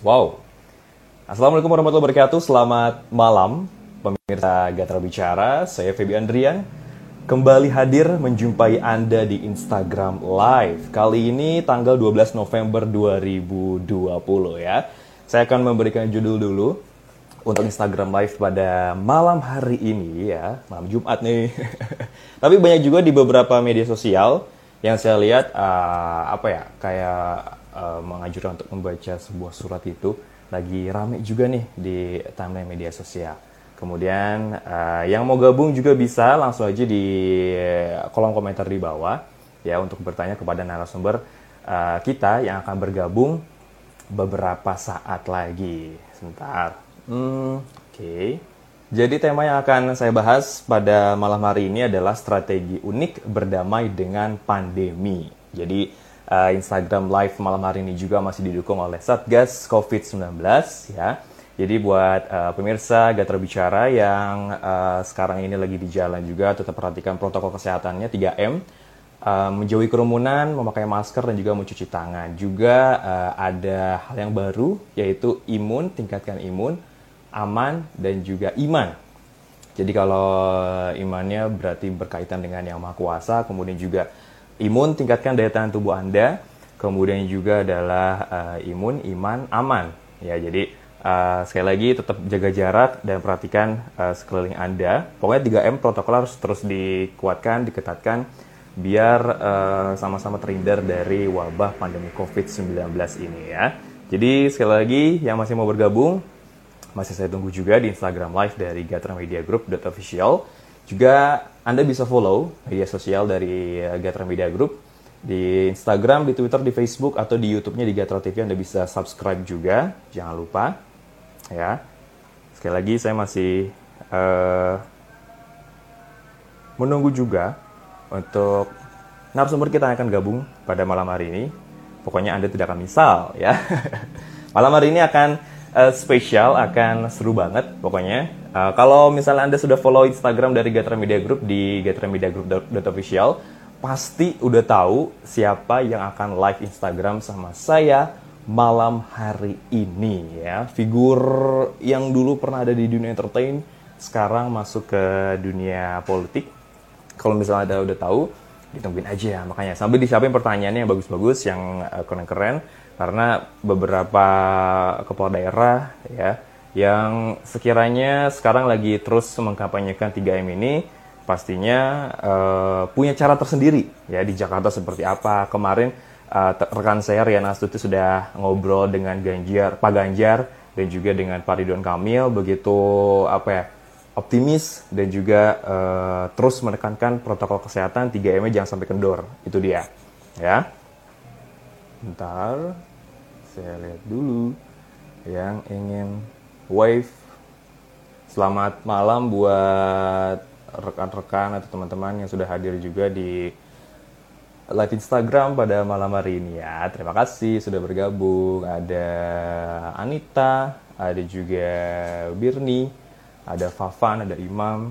Wow. Assalamualaikum warahmatullahi wabarakatuh. Selamat malam, pemirsa Gatra Bicara. Saya Feby Andrian. Kembali hadir menjumpai Anda di Instagram Live. Kali ini tanggal 12 November 2020 ya. Saya akan memberikan judul dulu untuk Instagram Live pada malam hari ini ya. Malam Jumat nih. Tapi banyak juga di beberapa media sosial yang saya lihat menganjurkan untuk membaca sebuah surat itu lagi rame juga nih di timeline media sosial. Kemudian yang mau gabung juga bisa langsung aja di kolom komentar di bawah ya untuk bertanya kepada narasumber kita yang akan bergabung beberapa saat lagi. Sebentar. Oke. Jadi tema yang akan saya bahas pada malam hari ini adalah strategi unik berdamai dengan pandemi. Jadi Instagram Live malam hari ini juga masih didukung oleh Satgas COVID-19 ya. Jadi buat pemirsa Gatra Bicara yang sekarang ini lagi di jalan juga tetap perhatikan protokol kesehatannya 3M. Menjauhi kerumunan, memakai masker dan juga mencuci tangan. Juga ada hal yang baru yaitu tingkatkan imun, aman, dan juga iman. Jadi kalau imannya berarti berkaitan dengan Yang Maha Kuasa, kemudian juga imun, tingkatkan daya tahan tubuh Anda, kemudian juga adalah imun, iman, aman. Ya, jadi sekali lagi tetap jaga jarak dan perhatikan sekeliling Anda. Pokoknya 3M protokol harus terus dikuatkan, diketatkan, biar sama-sama terhindar dari wabah pandemi COVID-19 ini ya. Jadi sekali lagi yang masih mau bergabung, masih saya tunggu juga di Instagram Live dari Gatra Media Group .official. Juga Anda bisa follow media sosial dari Gatra Media Group di Instagram, di Twitter, di Facebook, atau di YouTube-nya di Gatra TV. Anda bisa subscribe juga, jangan lupa. Ya, sekali lagi saya masih menunggu juga untuk narasumber kita yang akan gabung pada malam hari ini. Pokoknya Anda tidak akan misal ya. Malam hari ini akan spesial, akan seru banget pokoknya. Kalau misalnya Anda sudah follow Instagram dari Gatra Media Group di gratramediagroup.official, pasti udah tahu siapa yang akan live Instagram sama saya malam hari ini ya. Figur yang dulu pernah ada di dunia entertain, sekarang masuk ke dunia politik. Kalau misalnya Anda udah tahu, ditungguin aja makanya. Sambil disiapin pertanyaannya yang bagus-bagus, yang keren-keren. Karena beberapa kepala daerah ya yang sekiranya sekarang lagi terus mengkampanyekan 3M ini pastinya punya cara tersendiri ya di Jakarta seperti apa. Kemarin rekan saya Rian Astuti sudah ngobrol dengan Pak Ganjar dan juga dengan Pak Ridwan Kamil begitu optimis dan juga terus menekankan protokol kesehatan 3M-nya jangan sampai kendor. Itu dia ya. Bentar, saya lihat dulu yang ingin wave. Selamat malam buat rekan-rekan atau teman-teman yang sudah hadir juga di live Instagram pada malam hari ini ya. Terima kasih sudah bergabung. Ada Anita, ada juga Birni, ada Fafan, ada Imam.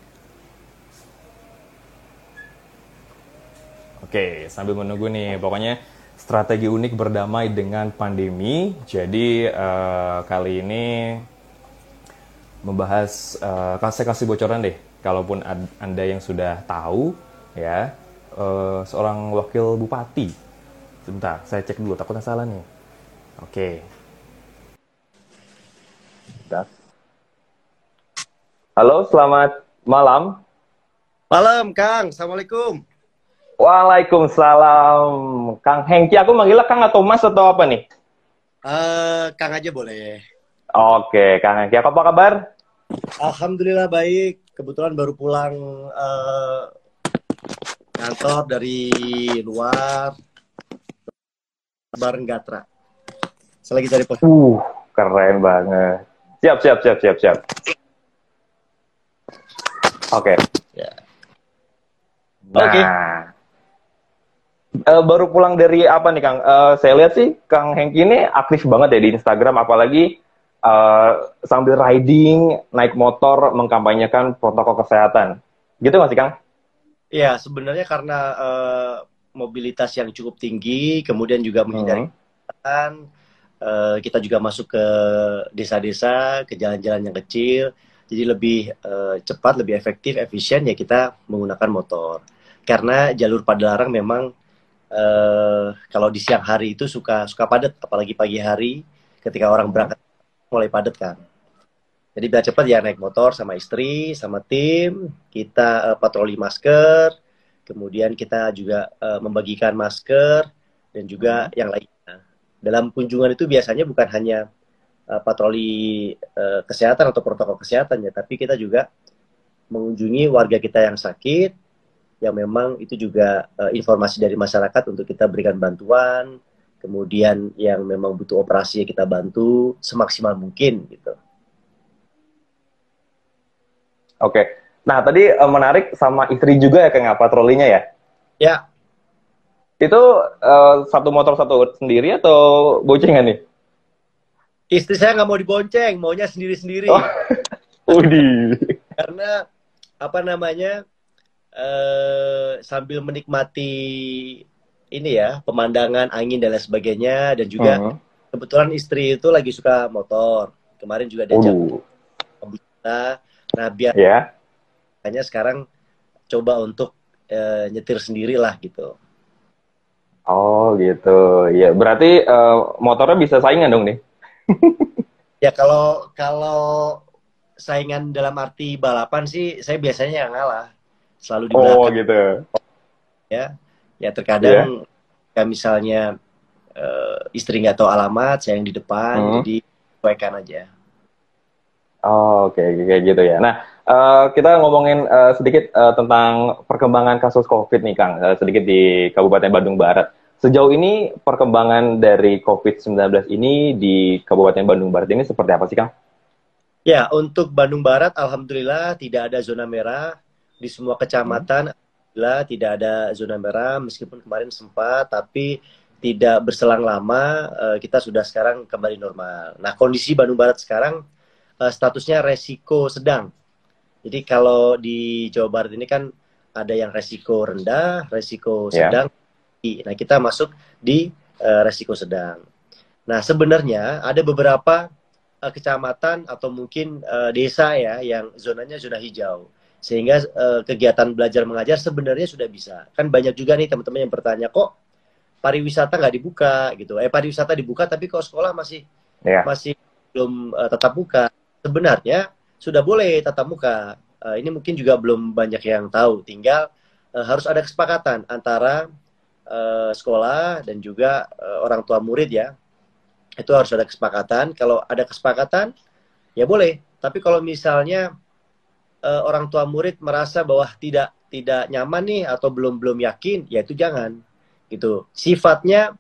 Oke, sambil menunggu nih, pokoknya strategi unik berdamai dengan pandemi. Jadi kali ini membahas, saya kasih bocoran deh. Kalaupun Anda yang sudah tahu ya, seorang wakil bupati. Sebentar, saya cek dulu, takutnya salah nih. Oke. Bentar. Halo, selamat malam. Malam, Kang. Assalamualaikum. Waalaikumsalam, Kang Hengki. Aku manggilnya Kang atau Mas atau apa nih? Kang aja boleh. Oke, Kang Hengki. Apa kabar? Alhamdulillah baik. Kebetulan baru pulang kantor dari luar bareng Gatra. Saya lagi cari pos. Keren banget. Siap. Oke. Ya. Nah. Oke. Baru pulang dari apa nih, Kang? Saya lihat sih Kang Hengki ini aktif banget ya di Instagram, apalagi sambil riding, naik motor, mengkampanyekan protokol kesehatan. Gitu nggak sih, Kang? Iya, sebenarnya karena mobilitas yang cukup tinggi, kemudian juga menghindari kesehatan, kita juga masuk ke desa-desa, ke jalan-jalan yang kecil. Jadi lebih cepat, lebih efektif, efisien ya kita menggunakan motor. Karena jalur Padalarang memang kalau di siang hari itu suka padat, apalagi pagi hari ketika orang berangkat mulai padat kan. Jadi biar cepat ya naik motor sama istri, sama tim, kita patroli masker, kemudian kita juga membagikan masker dan juga yang lainnya. Dalam kunjungan itu biasanya bukan hanya patroli kesehatan atau protokol kesehatan ya, tapi kita juga mengunjungi warga kita yang sakit, yang memang itu juga informasi dari masyarakat untuk kita berikan bantuan, kemudian yang memang butuh operasi kita bantu semaksimal mungkin gitu. Oke. Nah, tadi menarik sama istri juga ya Kang patrolinya ya? Ya. Itu satu motor satu sendiri atau boncengan nih? Istri saya nggak mau dibonceng, maunya sendiri-sendiri. Oh. Widih. Karena apa namanya sambil menikmati ini ya pemandangan angin dan lain sebagainya, dan juga kebetulan istri itu lagi suka motor. Kemarin juga diajak kita. Nah biar hanya sekarang coba untuk nyetir sendiri lah gitu. Oh gitu. Ya berarti motornya bisa saingan dong nih. Ya kalau saingan dalam arti balapan sih saya biasanya yang ngalah, selalu di belakang. Oh gitu. Ya terkadang kayak misalnya istri nggak tahu alamat, saya yang di depan, jadi sesuaikan aja. Oh, oke, kayak gitu ya. Nah, kita ngomongin sedikit tentang perkembangan kasus COVID nih, Kang. Sedikit di Kabupaten Bandung Barat. Sejauh ini perkembangan dari COVID-19 ini di Kabupaten Bandung Barat ini seperti apa sih, Kang? Ya, untuk Bandung Barat, alhamdulillah tidak ada zona merah. Di semua kecamatan, alhamdulillah tidak ada zona merah. Meskipun kemarin sempat, tapi tidak berselang lama, kita sudah sekarang kembali normal. Nah, kondisi Bandung Barat sekarang statusnya resiko sedang. Jadi kalau di Jawa Barat ini kan ada yang resiko rendah, resiko sedang. Nah kita masuk di resiko sedang. Nah sebenarnya ada beberapa kecamatan atau mungkin desa ya yang zonanya zona hijau. Sehingga kegiatan belajar mengajar sebenarnya sudah bisa. Kan banyak juga nih teman-teman yang bertanya, kok pariwisata nggak dibuka gitu. Pariwisata dibuka tapi kok sekolah masih belum tetap buka. Sebenarnya sudah boleh tatap muka. Ini mungkin juga belum banyak yang tahu. Tinggal harus ada kesepakatan antara sekolah dan juga orang tua murid ya. Itu harus ada kesepakatan. Kalau ada kesepakatan, ya boleh. Tapi kalau misalnya orang tua murid merasa bahwa tidak nyaman nih atau belum yakin, ya itu jangan. Gitu. Sifatnya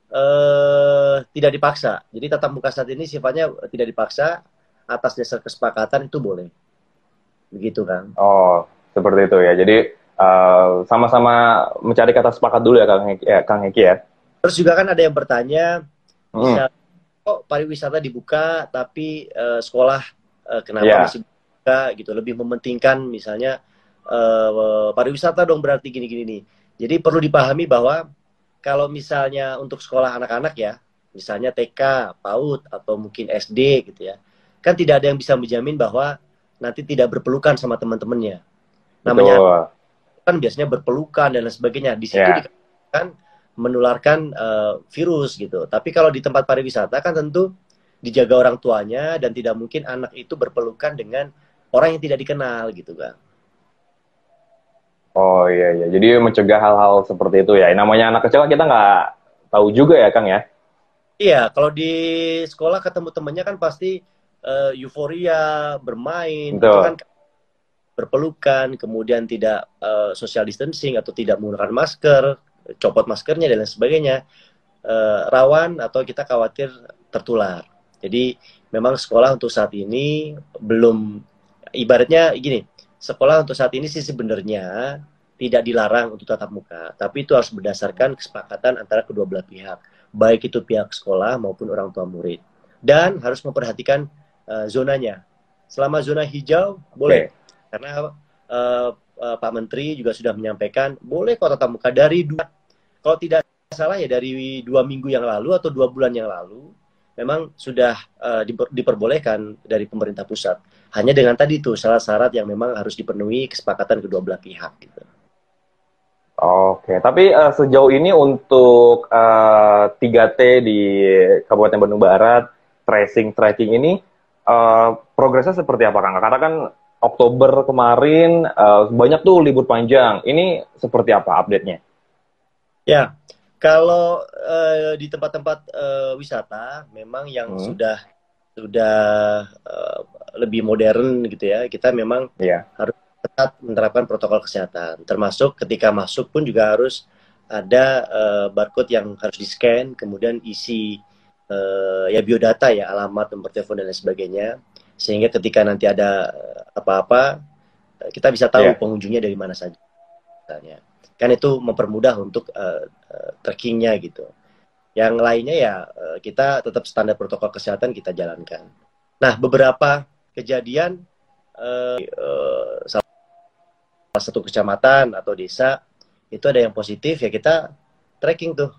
tidak dipaksa. Jadi tatap muka saat ini sifatnya tidak dipaksa. Atas dasar kesepakatan itu boleh. Begitu, Kang. Oh, seperti itu ya. Jadi sama-sama mencari kata sepakat dulu ya, Kang Heki ya. Terus juga kan ada yang bertanya, bisa kok pariwisata dibuka tapi sekolah kenapa masih buka gitu. Lebih mementingkan misalnya pariwisata dong berarti gini-gini nih. Jadi perlu dipahami bahwa kalau misalnya untuk sekolah anak-anak ya, misalnya TK, PAUD atau mungkin SD gitu ya. Kan tidak ada yang bisa menjamin bahwa nanti tidak berpelukan sama teman-temannya. Namanya kan biasanya berpelukan dan lain sebagainya. Di situ dikatakan menularkan virus gitu. Tapi kalau di tempat pariwisata kan tentu dijaga orang tuanya dan tidak mungkin anak itu berpelukan dengan orang yang tidak dikenal gitu kan. Oh iya. Jadi mencegah hal-hal seperti itu ya. Namanya anak kecil kita nggak tahu juga ya, Kang ya. Iya, kalau di sekolah ketemu temannya kan pasti euforia, bermain, itu kan berpelukan, kemudian tidak social distancing atau tidak menggunakan masker, copot maskernya dan lain sebagainya, rawan atau kita khawatir tertular. Jadi memang sekolah untuk saat ini belum, ibaratnya gini, sekolah untuk saat ini sih sebenarnya tidak dilarang untuk tatap muka, tapi itu harus berdasarkan kesepakatan antara kedua belah pihak, baik itu pihak sekolah maupun orang tua murid, dan harus memperhatikan zonanya. Selama zona hijau boleh, karena Pak Menteri juga sudah menyampaikan boleh kok tatap muka dari kalau tidak salah ya dari 2 minggu yang lalu atau 2 bulan yang lalu memang sudah diperbolehkan dari pemerintah pusat. Hanya dengan tadi itu syarat-syarat yang memang harus dipenuhi kesepakatan kedua belah pihak. Gitu. Oke, tapi sejauh ini untuk 3T di Kabupaten Bandung Barat, tracking ini progresnya seperti apa, Kang? Karena kan Oktober kemarin banyak tuh libur panjang. Ini seperti apa update-nya? Ya, kalau di tempat-tempat wisata, memang yang sudah lebih modern gitu ya, kita memang harus tetap menerapkan protokol kesehatan. Termasuk ketika masuk pun juga harus ada barcode yang harus di-scan, kemudian isi ya biodata ya, alamat, nomor telepon dan lain sebagainya. Sehingga ketika nanti ada apa-apa, kita bisa tahu pengunjungnya dari mana saja. Misalnya. Kan itu mempermudah untuk trackingnya gitu. Yang lainnya ya kita tetap standar protokol kesehatan kita jalankan. Nah, beberapa kejadian salah satu kecamatan atau desa itu ada yang positif ya kita tracking tuh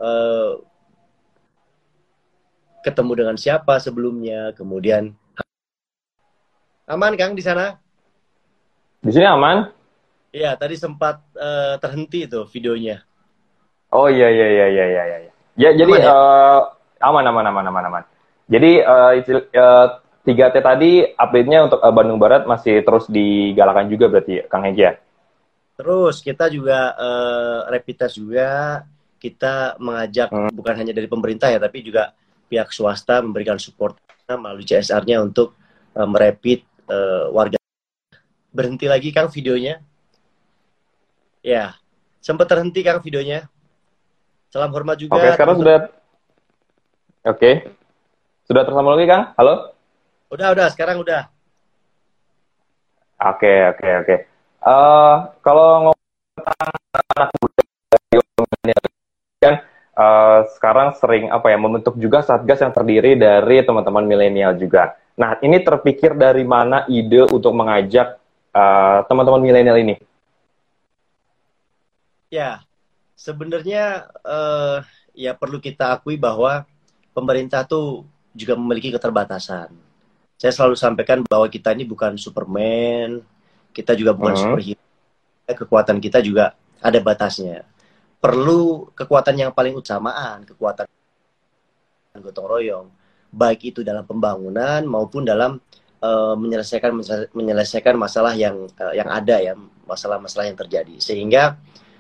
ketemu dengan siapa sebelumnya, kemudian aman Kang di sana? Di sini aman? Iya, tadi sempat terhenti tuh videonya. Oh iya. Ya jadi Aman ya? aman. Jadi 3T tadi update-nya untuk Bandung Barat masih terus digalakan juga berarti Kang Hegi ya? Terus kita juga rapid test juga, kita mengajak bukan hanya dari pemerintah ya, tapi juga pihak swasta memberikan support melalui CSR-nya untuk merapid warga. Berhenti lagi Kang videonya? Ya, sempat terhenti Kang videonya. Salam hormat juga. Oke, sekarang sudah. Oke. Sudah tersambung lagi, Kang? Halo? Udah, sekarang udah. Oke. Kalau ngomong tentang anak muda kan sekarang sering membentuk juga satgas yang terdiri dari teman-teman milenial juga. Nah, ini terpikir dari mana ide untuk mengajak teman-teman milenial ini? Ya, sebenarnya ya perlu kita akui bahwa pemerintah tuh juga memiliki keterbatasan. Saya selalu sampaikan bahwa kita ini bukan Superman, kita juga bukan superhero. Kekuatan kita juga ada batasnya. Perlu kekuatan yang paling utamakan, kekuatan gotong royong, baik itu dalam pembangunan maupun dalam menyelesaikan masalah yang ada ya, masalah-masalah yang terjadi. Sehingga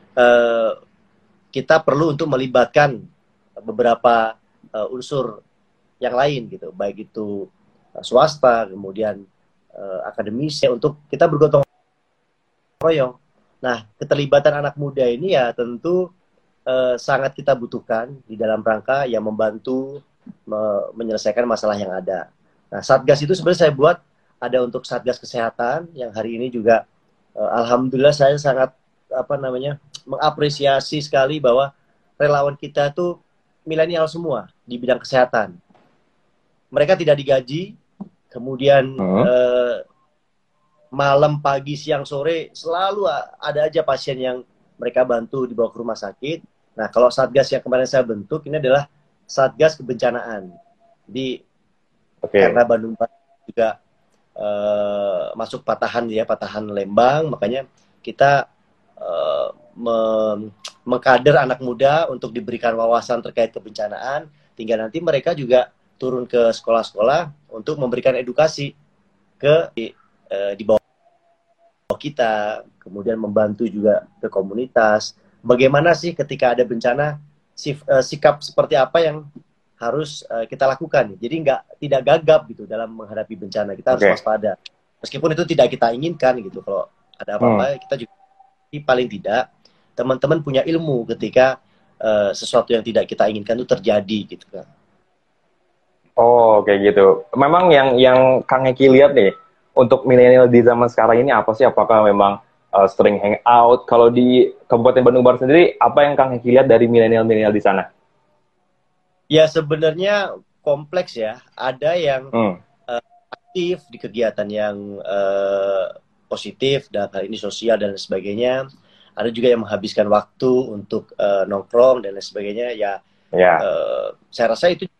kita perlu untuk melibatkan beberapa unsur yang lain gitu, baik itu swasta, kemudian akademisi untuk kita bergotong royong. Nah, keterlibatan anak muda ini ya tentu sangat kita butuhkan di dalam rangka yang membantu menyelesaikan masalah yang ada. Nah, Satgas itu sebenarnya saya buat ada untuk Satgas Kesehatan yang hari ini juga alhamdulillah saya sangat mengapresiasi sekali bahwa relawan kita tuh milenial semua di bidang kesehatan. Mereka tidak digaji, kemudian malam, pagi, siang, sore selalu ada aja pasien yang mereka bantu dibawa ke rumah sakit. Nah, kalau Satgas yang kemarin saya bentuk ini adalah Satgas Kebencanaan di karena Bandung juga masuk patahan Lembang, makanya kita mengkader anak muda untuk diberikan wawasan terkait kebencanaan, tinggal nanti mereka juga turun ke sekolah-sekolah untuk memberikan edukasi di bawah kita, kemudian membantu juga ke komunitas. Bagaimana sih ketika ada bencana, sikap seperti apa yang harus kita lakukan? Jadi tidak gagap gitu dalam menghadapi bencana. Kita harus waspada. Meskipun itu tidak kita inginkan gitu. Kalau ada apa-apa, kita juga paling tidak teman-teman punya ilmu ketika sesuatu yang tidak kita inginkan itu terjadi gitu kan. Oh, kayak gitu. Memang yang Kang Eki lihat nih, untuk milenial di zaman sekarang ini apa sih? Apakah memang sering hang out? Kalau di Kabupaten Bandung Barat sendiri, apa yang Kang Eki lihat dari milenial di sana? Ya sebenarnya kompleks ya. Ada yang aktif di kegiatan yang positif, dan hal ini sosial dan sebagainya. Ada juga yang menghabiskan waktu untuk nongkrong dan lain sebagainya. Saya rasa itu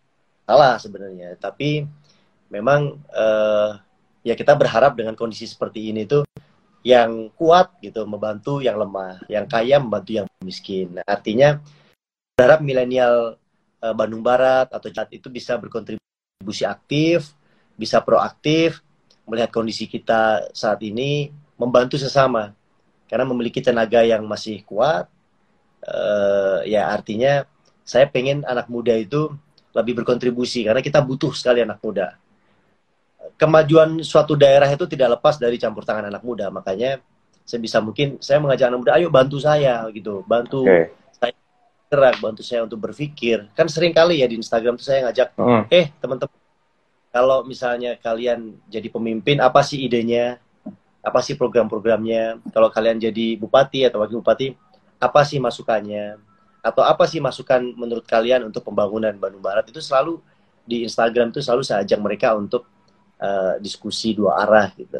salah sebenarnya. Tapi memang ya kita berharap dengan kondisi seperti ini tuh yang kuat gitu membantu yang lemah, yang kaya membantu yang miskin. Nah, artinya berharap milenial Bandung Barat atau Jawa itu bisa berkontribusi aktif, bisa proaktif melihat kondisi kita saat ini, membantu sesama. Karena memiliki tenaga yang masih kuat, ya artinya saya pengen anak muda itu lebih berkontribusi karena kita butuh sekali anak muda. Kemajuan suatu daerah itu tidak lepas dari campur tangan anak muda. Makanya sebisa mungkin saya mengajak anak muda, ayo bantu saya gitu, bantu saya gerak, bantu saya untuk berpikir. Kan sering kali ya di Instagram tuh saya ngajak, teman-teman, kalau misalnya kalian jadi pemimpin, apa sih idenya? Apa sih program-programnya? Kalau kalian jadi bupati atau wakil bupati, apa sih masukannya? Atau apa sih masukan menurut kalian untuk pembangunan Bandung Barat? Itu selalu di Instagram itu selalu saya ajak mereka untuk diskusi dua arah gitu.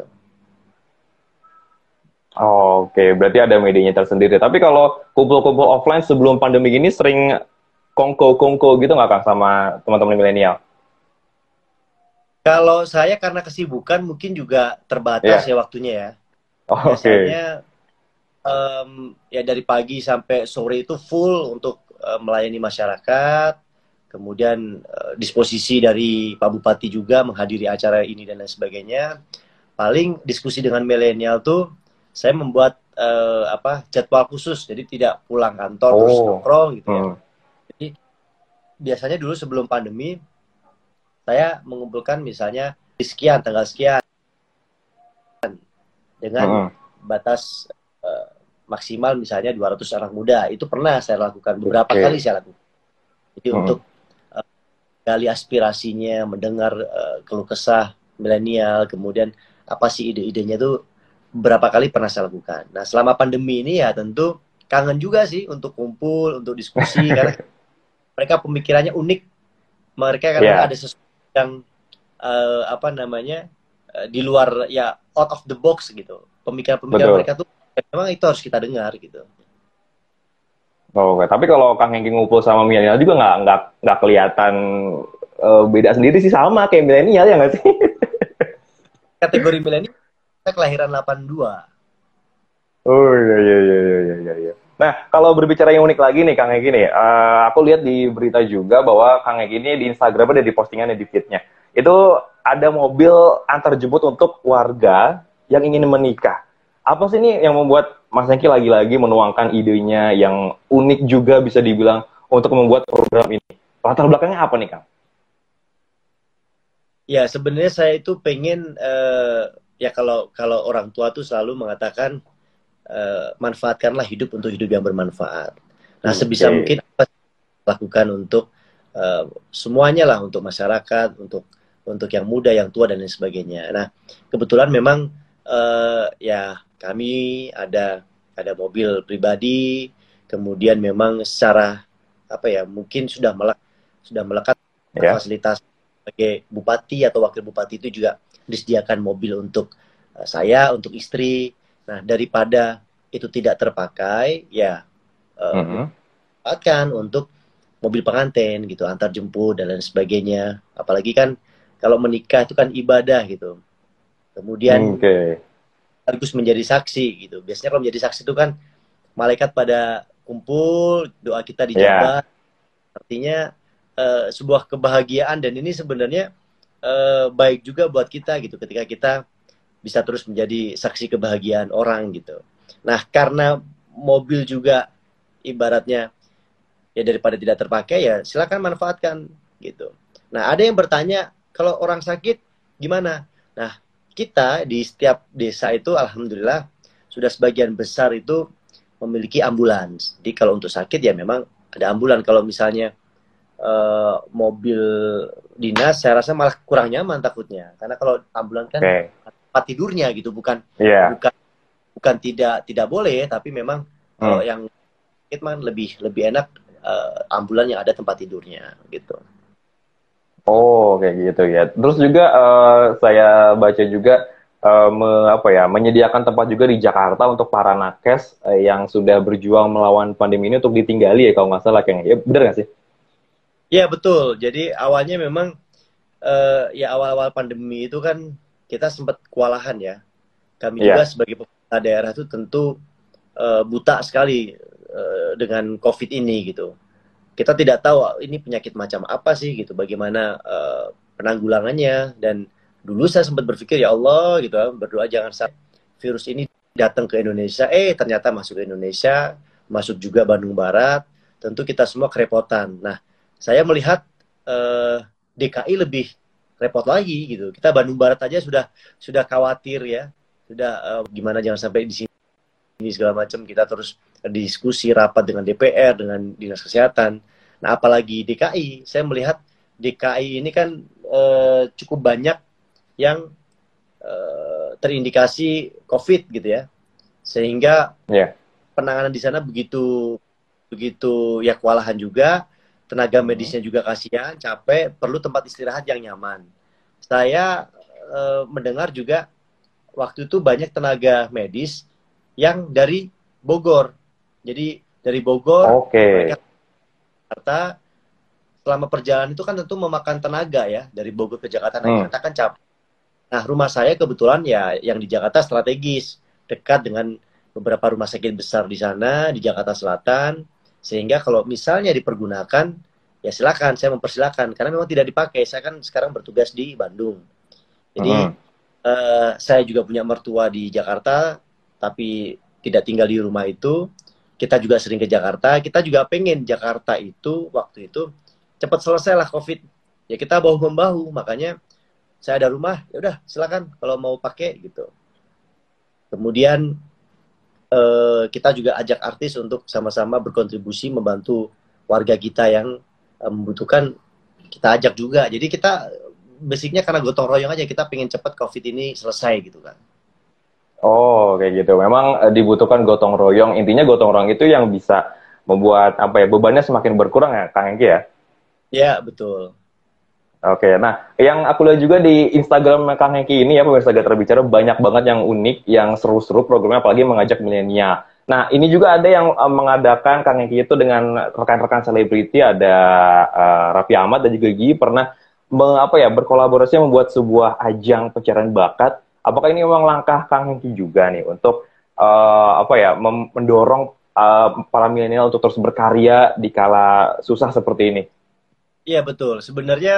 Oke, berarti ada medianya tersendiri. Tapi kalau kumpul-kumpul offline sebelum pandemi ini sering kongko-kongko gitu nggak Kang sama teman-teman milenial? Kalau saya karena kesibukan mungkin juga terbatas ya waktunya ya. Biasanya ya dari pagi sampai sore itu full untuk melayani masyarakat. Kemudian disposisi dari Pak Bupati juga menghadiri acara ini dan lain sebagainya. Paling diskusi dengan milenial tuh saya membuat jadwal khusus, jadi tidak pulang kantor terus nongkrong gitu ya. Jadi biasanya dulu sebelum pandemi saya mengumpulkan misalnya sekian tanggal sekian dengan batas maksimal misalnya 200 anak muda. Itu pernah saya lakukan, beberapa kali saya lakukan. Jadi untuk gali aspirasinya, mendengar keluh kesah milenial, kemudian apa sih ide-idenya tuh beberapa kali pernah saya lakukan. Nah, selama pandemi ini ya tentu kangen juga sih untuk kumpul, untuk diskusi karena mereka pemikirannya unik. Mereka kadang ada sesuatu yang di luar ya out of the box gitu. Pemikiran-pemikiran mereka tuh memang itu harus kita dengar gitu. Tapi kalau Kang Hengki ngumpul sama milenial juga nggak kelihatan beda sendiri sih, sama kayak milenial ya nggak sih? Kategori milenial kita kelahiran 82. Oh iya. Nah, kalau berbicara yang unik lagi nih Kang Hengki nih, aku lihat di berita juga bahwa Kang Hengki ini di Instagram ada di postingannya di feed-nya. Itu ada mobil antar jemput untuk warga yang ingin menikah. Apa sih ini yang membuat Mas Hengki lagi-lagi menuangkan idenya yang unik juga bisa dibilang untuk membuat program ini? Latar belakangnya apa nih, Kang? Ya, sebenarnya saya itu pengen, ya kalau orang tua tuh selalu mengatakan, manfaatkanlah hidup untuk hidup yang bermanfaat. Nah, sebisa mungkin apa lakukan untuk semuanya lah, untuk masyarakat, untuk yang muda, yang tua, dan lain sebagainya. Nah, kebetulan memang ya kami ada mobil pribadi, kemudian memang secara mungkin sudah melekat fasilitas sebagai bupati atau wakil bupati itu juga disediakan mobil untuk saya, untuk istri. Nah, daripada itu tidak terpakai, ya manfaatkan untuk mobil pengantin gitu, antar jemput dan lain sebagainya. Apalagi kan kalau menikah itu kan ibadah gitu. Kemudian harus menjadi saksi gitu. Biasanya kalau menjadi saksi itu kan malaikat pada kumpul, doa kita dijawab. Artinya sebuah kebahagiaan, dan ini sebenarnya baik juga buat kita gitu ketika kita bisa terus menjadi saksi kebahagiaan orang gitu. Nah, karena mobil juga ibaratnya ya daripada tidak terpakai, ya silakan manfaatkan gitu. Nah, ada yang bertanya, kalau orang sakit gimana? Nah, kita di setiap desa itu alhamdulillah sudah sebagian besar itu memiliki ambulans. Jadi kalau untuk sakit ya memang ada ambulans. Kalau misalnya mobil dinas, saya rasa malah kurang nyaman takutnya. Karena kalau ambulans kan tempat tidurnya gitu, bukan tidak boleh, tapi memang kalau yang sakit man lebih enak ambulans yang ada tempat tidurnya gitu. Oh, kayak gitu ya. Terus juga saya baca juga menyediakan tempat juga di Jakarta untuk para nakes yang sudah berjuang melawan pandemi ini untuk ditinggali ya kalau nggak salah, kayaknya. Ya, benar nggak sih? Ya betul. Jadi awalnya memang ya awal-awal pandemi itu kan kita sempat kewalahan ya. Kami juga Iya. sebagai pemerintah daerah itu tentu buta sekali dengan COVID ini gitu. Kita tidak tahu ini penyakit macam apa sih gitu, bagaimana penanggulangannya. Dan dulu saya sempat berpikir ya Allah gitu, berdoa jangan sampai virus ini datang ke Indonesia. Ternyata masuk ke Indonesia, masuk juga Bandung Barat. Tentu kita semua kerepotan. Nah, saya melihat DKI lebih repot lagi gitu. Kita Bandung Barat aja sudah khawatir ya, sudah gimana jangan sampai di sini segala macam, kita terus diskusi rapat dengan DPR, dengan Dinas Kesehatan. Nah, apalagi DKI, saya melihat DKI ini kan cukup banyak yang terindikasi COVID gitu ya, sehingga Iya. penanganan di sana begitu begitu ya kewalahan juga, tenaga Hmm. medisnya juga kasihan, capek, perlu tempat istirahat yang nyaman. Saya mendengar juga waktu itu banyak tenaga medis yang dari Bogor. Jadi dari Bogor Oke. mereka ke Jakarta, selama perjalanan itu kan tentu memakan tenaga ya, dari Bogor ke Jakarta naik Hmm. kereta kan capek. Nah, rumah saya kebetulan ya yang di Jakarta strategis, dekat dengan beberapa rumah sakit besar di sana di Jakarta Selatan, sehingga kalau misalnya dipergunakan ya silakan, saya mempersilakan karena memang tidak dipakai. Saya kan sekarang bertugas di Bandung. Jadi Hmm. saya juga punya mertua di Jakarta, tapi tidak tinggal di rumah itu. Kita juga sering ke Jakarta. Kita juga pengen Jakarta itu waktu itu cepat selesai lah COVID. Ya kita bahu membahu. Makanya saya ada rumah, ya udah silakan kalau mau pakai gitu. Kemudian kita juga ajak artis untuk sama-sama berkontribusi membantu warga kita yang membutuhkan. Kita ajak juga. Jadi kita basicnya karena gotong royong aja, kita pengen cepat COVID ini selesai gitu kan. Oh, kayak gitu. Memang dibutuhkan gotong royong. Intinya gotong royong itu yang bisa membuat apa ya bebannya semakin berkurang ya, Kang Hengki ya. Ya, betul. Oke, nah yang aku lihat juga di Instagram Kang Hengki ini ya pemirsa Gatra Bicara banyak banget yang unik, yang seru-seru programnya apalagi mengajak milenial. Nah ini juga ada yang mengadakan Kang Hengki itu dengan rekan-rekan selebriti ada Raffi Ahmad dan juga Gigi pernah apa ya berkolaborasi membuat sebuah ajang pencarian bakat. Apakah ini memang langkah Kang Hengki juga nih untuk apa ya mendorong para milenial untuk terus berkarya di kala susah seperti ini? Iya, betul. Sebenarnya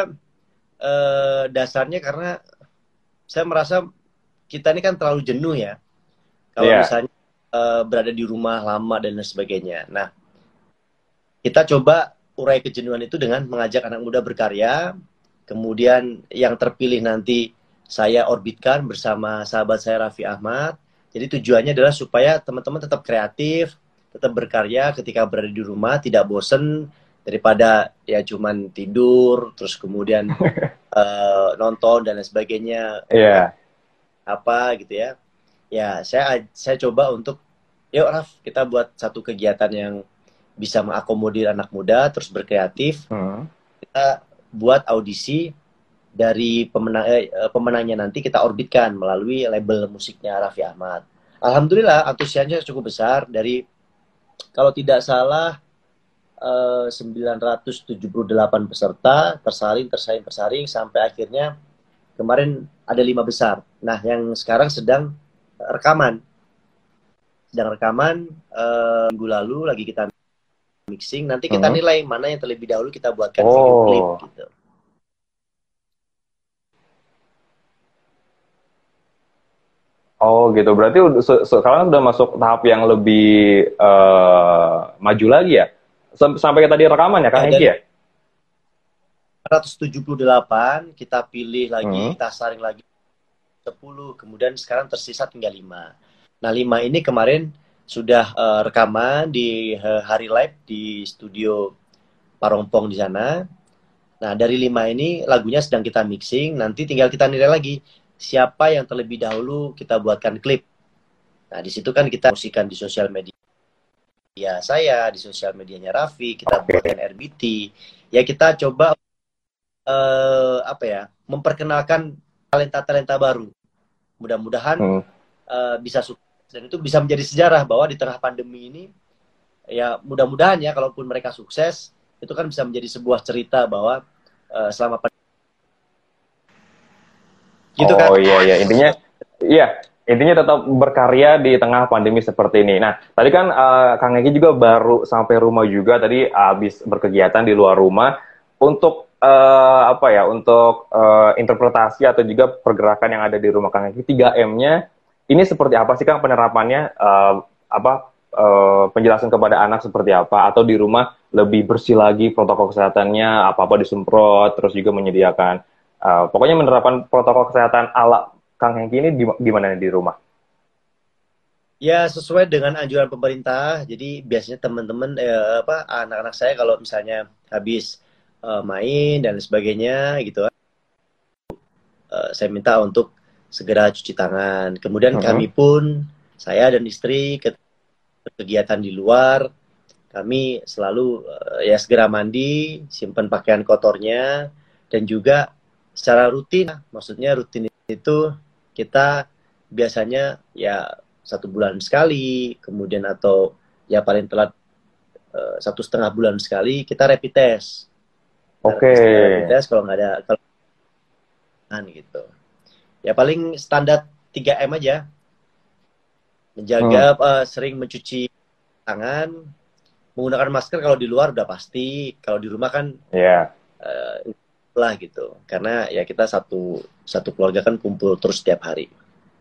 dasarnya karena saya merasa kita ini kan terlalu jenuh ya. Kalau Iya. misalnya berada di rumah lama dan lain sebagainya. Nah, kita coba urai kejenuhan itu dengan mengajak anak muda berkarya. Kemudian yang terpilih nanti saya orbitkan bersama sahabat saya Raffi Ahmad. Jadi tujuannya adalah supaya teman-teman tetap kreatif, tetap berkarya ketika berada di rumah, tidak bosen daripada ya cuman tidur, terus kemudian nonton dan lain sebagainya, Iya. apa gitu ya. Ya, saya coba untuk yuk Raf, kita buat satu kegiatan yang bisa mengakomodir anak muda terus berkreatif. Hmm. Kita buat audisi dari pemenangnya nanti kita orbitkan melalui label musiknya Raffi Ahmad. Alhamdulillah antusiasnya cukup besar dari kalau tidak salah 978 peserta tersaring sampai akhirnya kemarin ada 5 besar. Nah, yang sekarang rekaman, sedang rekaman minggu lalu lagi kita mixing. Nanti kita Hmm. nilai mana yang terlebih dahulu kita buatkan video klip Oh, gitu. oh gitu. Berarti sekarang udah masuk tahap yang lebih maju lagi ya? Sampai ke tadi rekaman ya, Kang Ya, Hengki dari ya? 178 kita pilih lagi, Hmm. kita saring lagi 10, kemudian sekarang tersisa tinggal 5. Nah, 5 ini kemarin sudah rekaman di hari live di studio Parompong di sana. Nah, dari 5 ini lagunya sedang kita mixing, nanti tinggal kita nilai lagi siapa yang terlebih dahulu kita buatkan klip. Nah, di situ kan kita musikan di sosial media saya, di sosial medianya Raffi, kita buatkan Oke. RBT. Ya kita coba apa ya, memperkenalkan talenta-talenta baru. Mudah-mudahan Hmm. bisa sukses dan itu bisa menjadi sejarah bahwa di tengah pandemi ini ya mudah-mudahan ya kalaupun mereka sukses itu kan bisa menjadi sebuah cerita bahwa selama gitu kan. Oh iya, iya, iya intinya tetap berkarya di tengah pandemi seperti ini. Nah tadi kan Kang Egi juga baru sampai rumah juga tadi habis berkegiatan di luar rumah untuk apa ya untuk interpretasi atau juga pergerakan yang ada di rumah Kang Egi 3M-nya ini seperti apa sih Kang penerapannya apa penjelasan kepada anak seperti apa atau di rumah lebih bersih lagi protokol kesehatannya apa-apa disemprot terus juga menyediakan pokoknya menerapkan protokol kesehatan ala Kang Hengki ini gimana nih di rumah? Ya sesuai dengan anjuran pemerintah. Jadi biasanya teman-teman anak-anak saya kalau misalnya habis main dan sebagainya gitu, saya minta untuk segera cuci tangan. Kemudian kami pun saya dan istri kegiatan di luar, kami selalu ya segera mandi, simpan pakaian kotornya, dan juga secara rutin, maksudnya rutin itu kita biasanya ya 1 bulan sekali, kemudian atau ya paling telat 1,5 bulan sekali kita rapid test. Nah, Oke. rapid test kalau nggak ada keluhan gitu. Ya paling standar 3M aja, menjaga sering mencuci tangan, menggunakan masker kalau di luar udah pasti, kalau di rumah kan Iya. lah gitu. Karena ya kita satu satu keluarga kan kumpul terus setiap hari.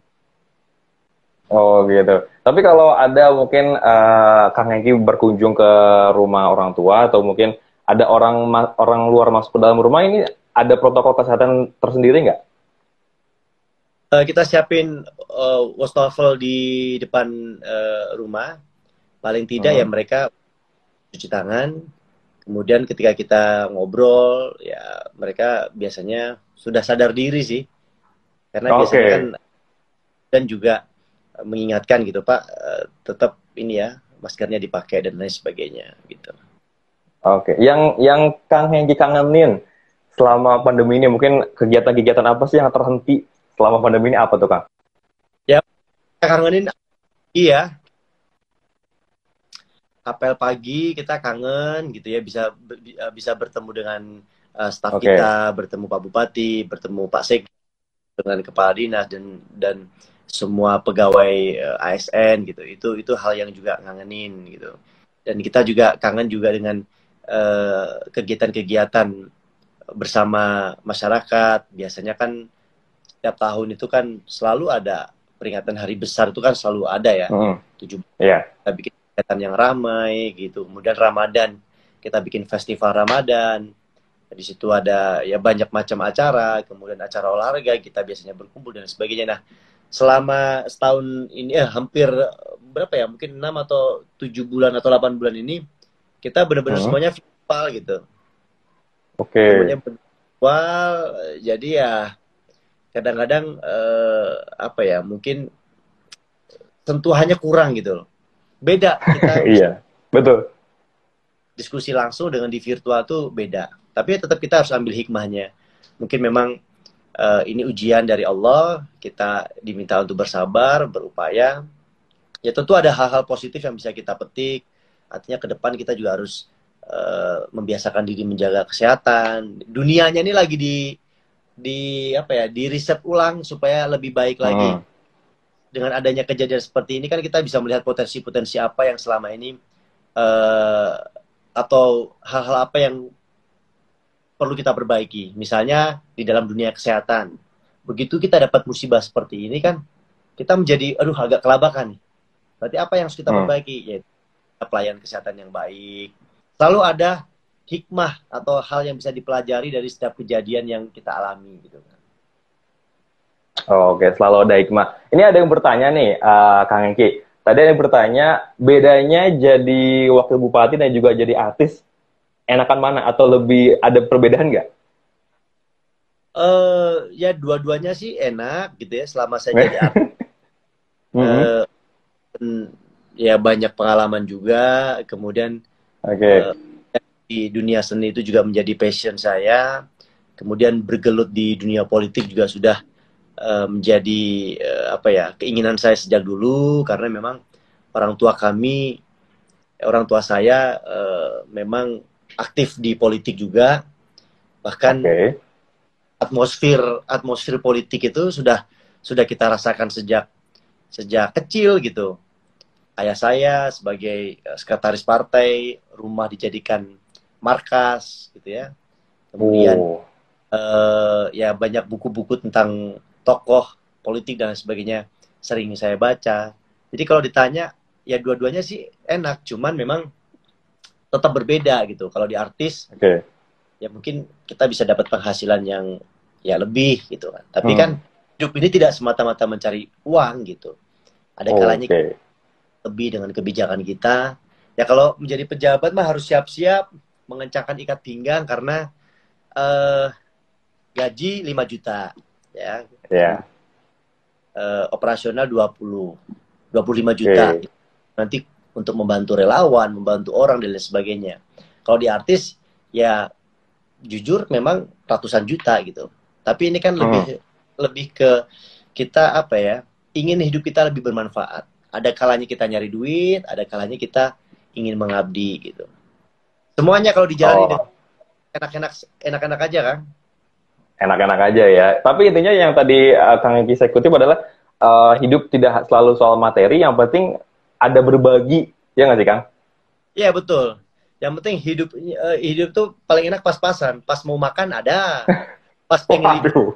Oh gitu. Tapi kalau ada mungkin Kang Hengki berkunjung ke rumah orang tua atau mungkin ada orang luar masuk ke dalam rumah ini ada protokol kesehatan tersendiri nggak? Kita siapin wastafel di depan rumah. Paling tidak ya mereka cuci tangan. Kemudian ketika kita ngobrol, ya mereka biasanya sudah sadar diri sih. Karena biasanya kan dan juga mengingatkan gitu Pak, tetap ini ya maskernya dipakai dan lain sebagainya gitu. Oke. Yang Kang Hengki kangenin selama pandemi ini mungkin kegiatan-kegiatan apa sih yang terhenti selama pandemi ini apa tuh Kang? Ya kangenin iya. Apel pagi kita kangen gitu ya bisa bertemu dengan staf kita, bertemu Pak Bupati, bertemu Pak Sekda dengan kepala dinas dan semua pegawai ASN gitu. Itu hal yang juga ngangenin gitu. Dan kita juga kangen juga dengan kegiatan-kegiatan bersama masyarakat. Biasanya kan setiap tahun itu kan selalu ada peringatan hari besar itu kan selalu ada ya. 7 kita bikin kegiatan yang ramai gitu. Kemudian Ramadan kita bikin festival Ramadan. Di situ ada ya banyak macam acara, kemudian acara olahraga kita biasanya berkumpul dan sebagainya. Nah, selama setahun ini hampir berapa ya? Mungkin 6 atau 7 bulan atau 8 bulan ini kita benar-benar semuanya virtual gitu. Semuanya virtual, jadi ya kadang-kadang apa ya? Mungkin sentuhannya kurang gitu loh. Beda kita iya, betul. Diskusi langsung dengan di virtual tuh beda. Tapi tetap kita harus ambil hikmahnya. Mungkin memang ini ujian dari Allah, kita diminta untuk bersabar, berupaya. Ya tentu ada hal-hal positif yang bisa kita petik. Artinya ke depan kita juga harus membiasakan diri menjaga kesehatan. Dunianya ini lagi di riset ulang supaya lebih baik lagi. Dengan adanya kejadian seperti ini kan kita bisa melihat potensi-potensi apa yang selama ini atau hal-hal apa yang perlu kita perbaiki. Misalnya di dalam dunia kesehatan. Begitu kita dapat musibah seperti ini kan, kita menjadi, aduh agak kelabakan nih. Berarti apa yang harus kita perbaiki? Yaitu pelayanan kesehatan yang baik. Selalu ada hikmah atau hal yang bisa dipelajari dari setiap kejadian yang kita alami gitu kan. Oke, selalu ada hikmah. Ini ada yang bertanya nih, Kang Hengki. Tadi ada yang bertanya, bedanya jadi wakil bupati dan juga jadi artis, enakan mana? Atau lebih ada perbedaan nggak? Ya dua-duanya sih enak gitu ya, selama saya jadi artis. Ya banyak pengalaman juga, kemudian di dunia seni itu juga menjadi passion saya. Kemudian bergelut di dunia politik juga sudah menjadi keinginan saya sejak dulu, karena memang orang tua saya memang aktif di politik juga. Bahkan atmosfer politik itu sudah kita rasakan sejak kecil gitu. Ayah saya sebagai sekretaris partai, rumah dijadikan markas gitu ya. Kemudian ya banyak buku-buku tentang tokoh politik dan sebagainya sering saya baca. Jadi kalau ditanya, ya dua-duanya sih enak, cuman memang tetap berbeda gitu. Kalau di artis, ya mungkin kita bisa dapat penghasilan yang ya lebih gitu kan. Tapi kan hidup ini tidak semata-mata mencari uang gitu. Ada kalanya lebih dengan kebijakan kita. Ya kalau menjadi pejabat mah harus siap-siap mengencangkan ikat pinggang karena gaji 5 juta ya. Operasional 25 juta. Nanti untuk membantu relawan, membantu orang dan lain sebagainya. Kalau di artis ya jujur memang ratusan juta gitu. Tapi ini kan lebih ke kita apa ya? Ingin hidup kita lebih bermanfaat. Ada kalanya kita nyari duit, ada kalanya kita ingin mengabdi gitu. Semuanya kalau dijalani enak-enak aja kan? Enak-enak aja ya. Tapi intinya yang tadi Kang Eki saya kutip adalah hidup tidak selalu soal materi, yang penting ada berbagi, ya nggak sih Kang? Iya betul. Yang penting hidup tuh paling enak pas-pasan. Pas mau makan ada, pas pengen hidup.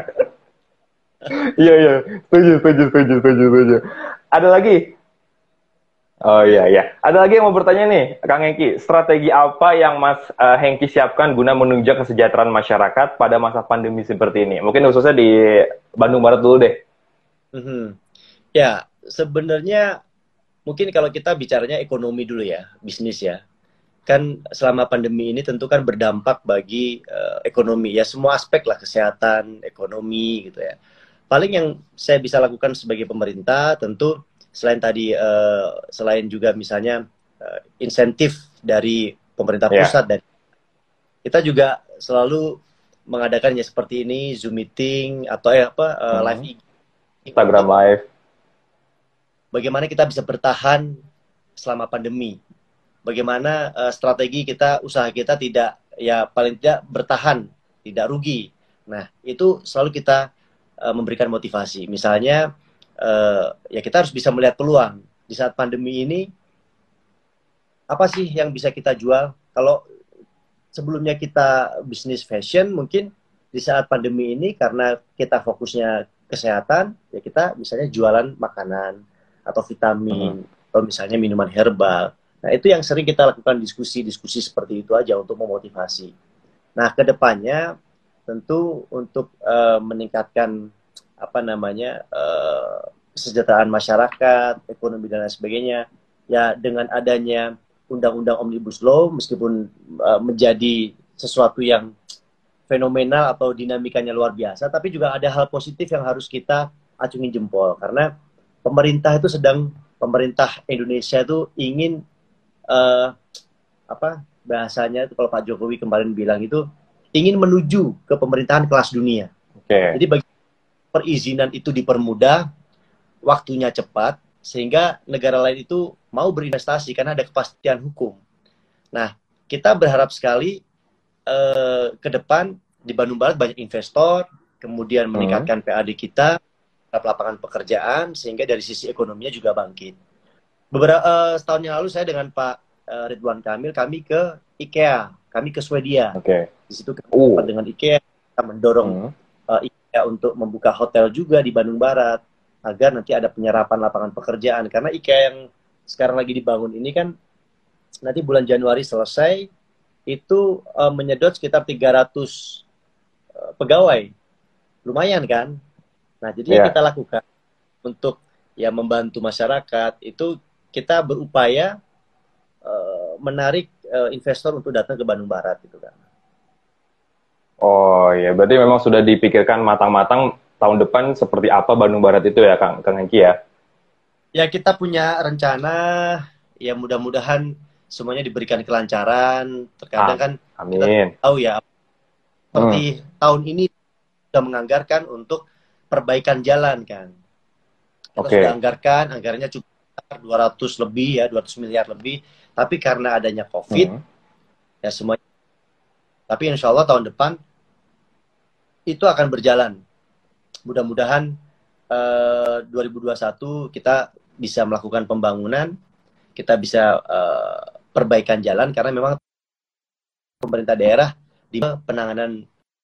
Iya, setuju. Ada lagi? Oh iya. Ada lagi yang mau bertanya nih, Kang Hengki. Strategi apa yang Mas Hengki siapkan guna menunjang kesejahteraan masyarakat pada masa pandemi seperti ini? Mungkin khususnya di Bandung Barat dulu deh. Ya, sebenarnya mungkin kalau kita bicaranya ekonomi dulu ya, bisnis ya. Kan selama pandemi ini tentu kan berdampak bagi ekonomi ya, semua aspek lah, kesehatan, ekonomi gitu ya. Paling yang saya bisa lakukan sebagai pemerintah tentu selain tadi selain juga misalnya insentif dari pemerintah pusat dan kita juga selalu mengadakannya seperti ini, Zoom meeting atau live Instagram live. Bagaimana kita bisa bertahan selama pandemi? Bagaimana strategi kita, usaha kita tidak ya paling tidak bertahan, tidak rugi. Nah, itu selalu kita memberikan motivasi. Misalnya ya kita harus bisa melihat peluang di saat pandemi ini. Apa sih yang bisa kita jual? Kalau sebelumnya kita bisnis fashion, mungkin di saat pandemi ini karena kita fokusnya kesehatan, ya kita misalnya jualan makanan atau vitamin atau misalnya minuman herbal. Nah, itu yang sering kita lakukan diskusi-diskusi seperti itu aja untuk memotivasi. Nah, kedepannya tentu untuk meningkatkan kesejahteraan masyarakat, ekonomi dan lain sebagainya, ya dengan adanya Undang-Undang Omnibus Law, meskipun menjadi sesuatu yang fenomenal atau dinamikanya luar biasa, tapi juga ada hal positif yang harus kita acungin jempol, karena pemerintah Indonesia itu ingin bahasanya itu kalau Pak Jokowi kemarin bilang itu ingin menuju ke pemerintahan kelas dunia. Jadi bagi perizinan itu dipermudah, waktunya cepat, sehingga negara lain itu mau berinvestasi karena ada kepastian hukum. Nah, kita berharap sekali ke depan di Bandung Barat banyak investor, kemudian meningkatkan PAD kita, lapangan pekerjaan, sehingga dari sisi ekonominya juga bangkit. Beberapa setahun yang lalu saya dengan Pak Ridwan Kamil, kami ke IKEA, kami ke Swedia. Di situ kita dengan IKEA, kita mendorong IKEA untuk membuka hotel juga di Bandung Barat, agar nanti ada penyerapan lapangan pekerjaan. Karena IKEA yang sekarang lagi dibangun ini kan nanti bulan Januari selesai, itu menyedot sekitar 300 pegawai. Lumayan kan? Nah, jadi yang kita lakukan untuk ya membantu masyarakat, itu kita berupaya menarik investor untuk datang ke Bandung Barat gitu kan. Oh ya, berarti memang sudah dipikirkan matang-matang tahun depan seperti apa Bandung Barat itu ya, Kang Hengki ya? Ya, kita punya rencana, ya mudah-mudahan semuanya diberikan kelancaran. Terkadang kan kita tahu ya, seperti tahun ini sudah menganggarkan untuk perbaikan jalan kan. Kita sudah anggarkan, anggarannya cukup 200 miliar lebih, tapi karena adanya COVID, ya semuanya. Tapi insya Allah tahun depan itu akan berjalan. Mudah-mudahan 2021 kita bisa melakukan pembangunan, kita bisa perbaikan jalan, karena memang pemerintah daerah di penanganan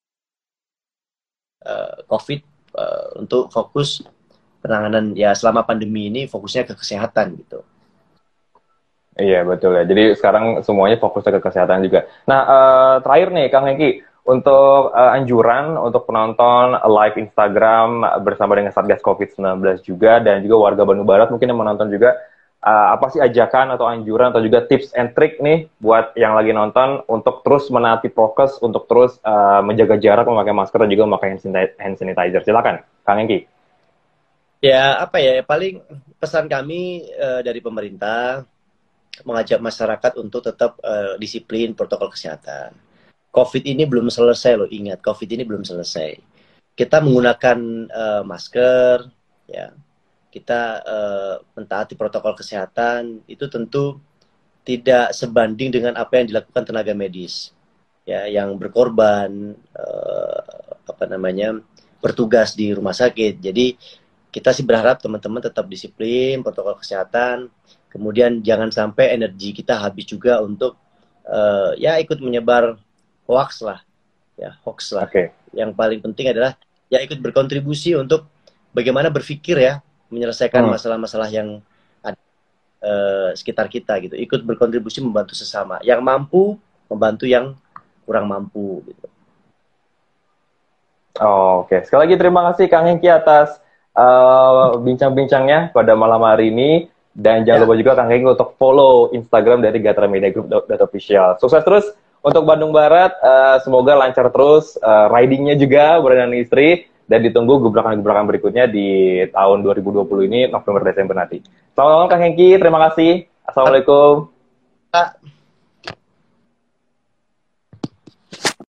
COVID untuk fokus penanganan ya selama pandemi ini fokusnya ke kesehatan gitu. Iya betul ya. Jadi sekarang semuanya fokus ke kesehatan juga. Nah terakhir nih Kang Hengki, untuk anjuran untuk penonton live Instagram bersama dengan Satgas COVID-19 juga dan juga warga Bandung Barat mungkin yang menonton juga, apa sih ajakan atau anjuran atau juga tips and trick nih buat yang lagi nonton untuk terus menaati prokes, untuk terus menjaga jarak, memakai masker dan juga memakai hand sanitizer. Silakan Kang Hengki. Ya apa ya, paling pesan kami dari pemerintah mengajak masyarakat untuk tetap disiplin protokol kesehatan. COVID ini belum selesai loh, ingat COVID ini belum selesai. Kita menggunakan masker, ya, kita mentaati protokol kesehatan itu tentu tidak sebanding dengan apa yang dilakukan tenaga medis, ya, yang berkorban apa namanya bertugas di rumah sakit. Jadi kita sih berharap teman-teman tetap disiplin protokol kesehatan. Kemudian jangan sampai energi kita habis juga untuk ya ikut menyebar hoax lah, ya hoax lah. Oke. Yang paling penting adalah ya ikut berkontribusi untuk bagaimana berpikir ya menyelesaikan masalah-masalah yang ada sekitar kita gitu. Ikut berkontribusi membantu sesama. Yang mampu membantu yang kurang mampu gitu. Oke, sekali lagi terima kasih Kang Hengki atas bincang-bincangnya pada malam hari ini. Dan jangan lupa juga Kang Hengki untuk follow Instagram dari Gatra Media Group .official. Sukses terus untuk Bandung Barat, semoga lancar terus ridingnya juga berenang istri, dan ditunggu gebrakan-gebrakan berikutnya di tahun 2020 ini, November-Desember nanti. Selamat malam Kang Hengki, terima kasih. Assalamualaikum.